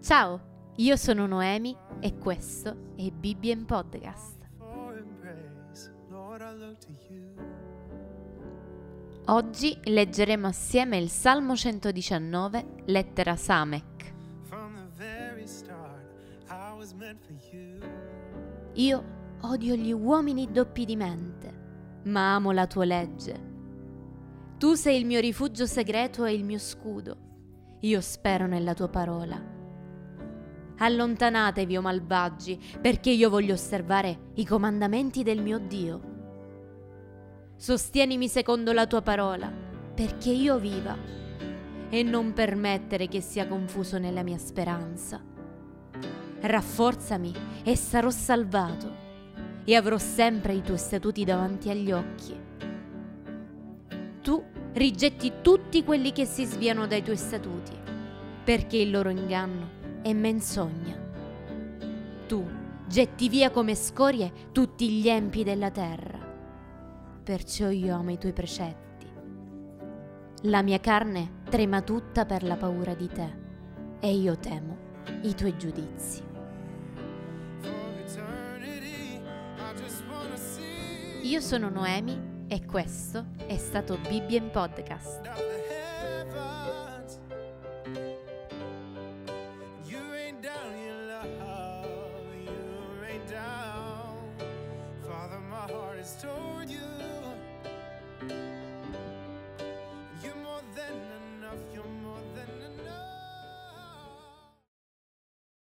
Ciao, io sono Noemi e questo è Bibbien Podcast. Oggi leggeremo assieme il Salmo 119, lettera Samek. Io odio gli uomini doppi di mente, ma amo la tua legge. Tu sei il mio rifugio segreto e il mio scudo. Io spero nella tua parola. Allontanatevi, o malvagi, perché io voglio osservare i comandamenti del mio Dio. Sostienimi secondo la tua parola, perché io viva, e non permettere che sia confuso nella mia speranza. Rafforzami e sarò salvato, e avrò sempre i tuoi statuti davanti agli occhi. Tu rigetti tutti quelli che si sviano dai tuoi statuti, perché il loro inganno è menzogna. Tu getti via come scorie tutti gli empi della terra. Perciò io amo i tuoi precetti. La mia carne trema tutta per la paura di te, e io temo i tuoi giudizi. Io sono Noemi e questo è stato Bibbien Podcast.